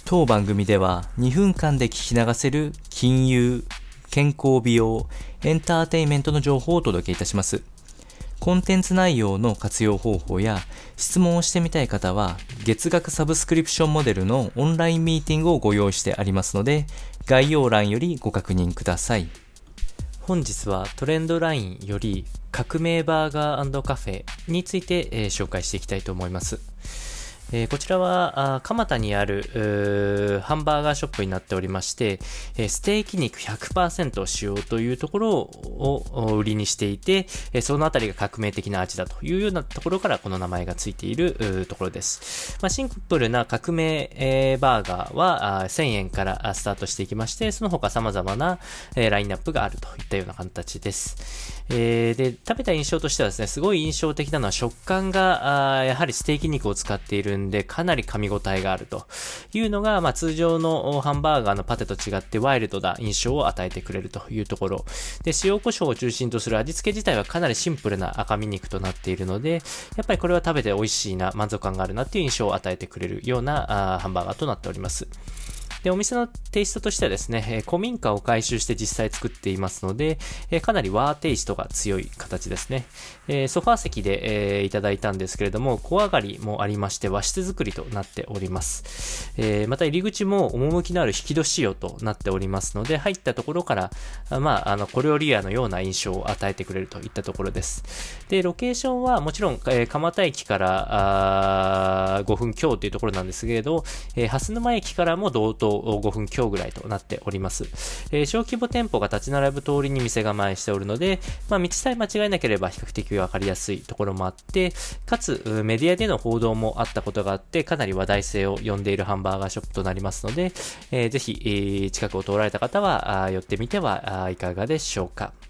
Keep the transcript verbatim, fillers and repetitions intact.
当番組ではにふんかんで聞き流せる金融、健康美容、エンターテインメントの情報をお届けいたします。コンテンツ内容の活用方法や質問をしてみたい方は月額サブスクリプションモデルのオンラインミーティングをご用意してありますので、概要欄よりご確認ください。本日はトレンドラインより革命バーガー&カフェについて、えー、紹介していきたいと思います。えー、こちらは蒲田にあるハンバーガーショップになっておりまして、えー、ステーキ肉 ひゃくパーセント 使用というところを売りにしていて、えー、そのあたりが革命的な味だというようなところからこの名前がついているところです。まあ、シンプルな革命、えー、バーガーはせんえんからスタートしていきまして、その他様々な、えー、ラインナップがあるといったような形です。えー、で食べた印象としてはですね、すごい印象的なのは食感があやはりステーキ肉を使っているんでかなり噛み応えがあるというのが、まあ、通常のハンバーガーのパテと違ってワイルドな印象を与えてくれるというところで、塩コショウを中心とする味付け自体はかなりシンプルな赤身肉となっているので、やっぱりこれは食べて美味しいな、満足感があるなっていう印象を与えてくれるようなあハンバーガーとなっております。で、お店のテイストとしてはですね、えー、古民家を改修して実際作っていますので、えー、かなり和テイストが強い形ですね。えー、ソファー席で、えー、いただいたんですけれども、小上がりもありまして和室作りとなっております。えー、また入り口も趣のある引き戸仕様となっておりますので、入ったところから、あまあ、あの、小料理屋のような印象を与えてくれるといったところです。で、ロケーションはもちろん、えー、蒲田駅からあごふん強というところなんですけれど、えー、蓮沼駅からも同等ごふん強ぐらいとなっております。えー、小規模店舗が立ち並ぶ通りに店構えしておるので、まあ、道さえ間違えなければ比較的わかりやすいところもあって、かつメディアでの報道もあったことがあって、かなり話題性を呼んでいるハンバーガーショップとなりますので、えー、ぜひ、えー、近くを通られた方は寄ってみてはいかがでしょうか。